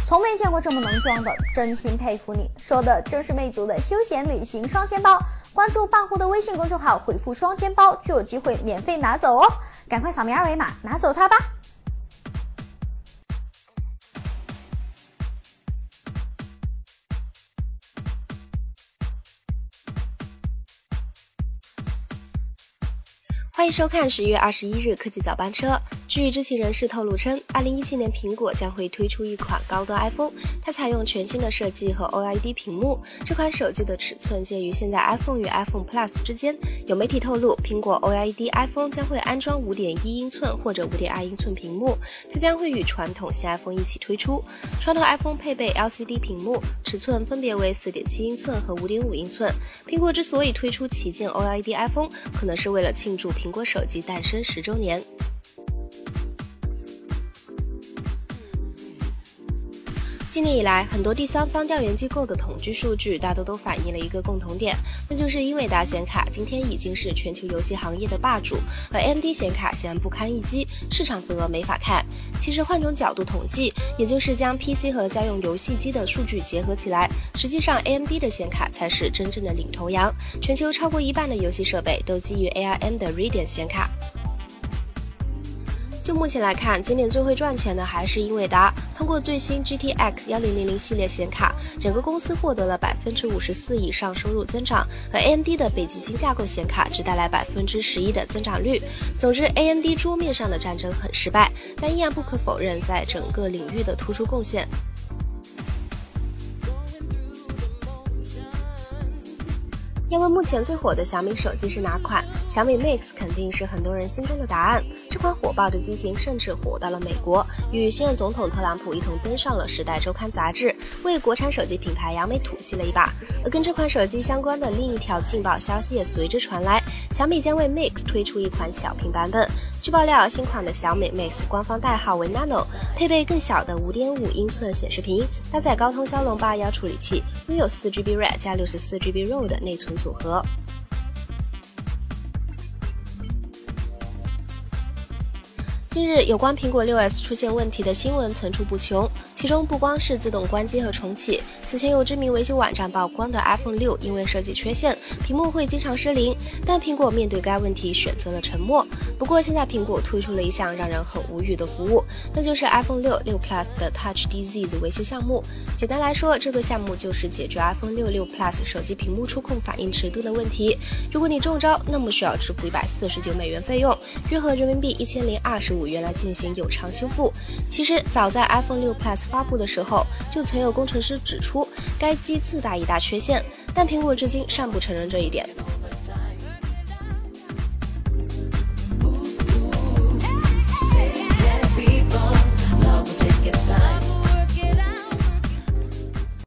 从没见过这么能装的，真心佩服你。说的正是魅族的休闲旅行双肩包。关注半壶的微信公众号，回复双肩包就有机会免费拿走哦！赶快扫描二维码拿走它吧。 欢迎收看10月21日科技早班车。据知情人士透露称，2017年苹果将会推出一款高端 iPhone， 它采用全新的设计和 OLED 屏幕。这款手机的尺寸介于现在 iPhone 与 iPhone Plus 之间。有媒体透露，苹果 OLED iPhone 将会安装 5.1 英寸或者 5.2 英寸屏幕，它将会与传统新 iPhone 一起推出。传统 iPhone 配备 LCD 屏幕，尺寸分别为 4.7 英寸和 5.5 英寸。苹果之所以推出旗舰 OLED iPhone， 可能是为了庆祝苹果手机诞生10周年。今年以来，很多第三方调研机构的统计数据大多都反映了一个共同点，那就是英伟达显卡今天已经是全球游戏行业的霸主，而 AMD 显卡显然不堪一击，市场份额没法看。其实换种角度统计，也就是将 PC 和家用游戏机的数据结合起来，实际上 AMD 的显卡才是真正的领头羊，全球超过一半的游戏设备都基于 ARM 的 Radeon 显卡。就目前来看，今年最会赚钱的还是英伟达。通过最新 GTX 1000系列显卡，整个公司获得了54%以上收入增长，和 AMD 的北极星架构显卡只带来11%的增长率。总之 ，AMD 桌面上的战争很失败，但依然不可否认在整个领域的突出贡献。要问目前最火的小米手机是哪款？小米 Mix 肯定是很多人心中的答案。这款火爆的机型甚至火到了美国，与现任总统特朗普一同登上了《时代周刊》杂志，为国产手机品牌扬眉吐气了一把。而跟这款手机相关的另一条劲爆消息也随之传来，小米将为 Mix 推出一款小屏版本。据爆料，新款的小米 Mix 官方代号为 Nano， 配备更小的 5.5 英寸显示屏，搭载高通骁龙821处理器，拥有 4GB RAM 加 64GB ROM 的内存组合。近日，有关苹果 6S 出现问题的新闻层出不穷，其中不光是自动关机和重启，此前有知名维修网站曝光的 iPhone 6因为设计缺陷，屏幕会经常失灵，但苹果面对该问题选择了沉默。不过现在苹果推出了一项让人很无语的服务，那就是 iPhone 6 Plus 的 Touch Disease 维修项目。简单来说，这个项目就是解决 iPhone 6 Plus 手机屏幕触控反应迟钝的问题。如果你中招，那么需要支付$149费用，约合人民币1025元来进行有偿修复。其实早在 iPhone 6 Plus 发布的时候，就曾有工程师指出该机自带一大缺陷，但苹果至今尚不承认这一点。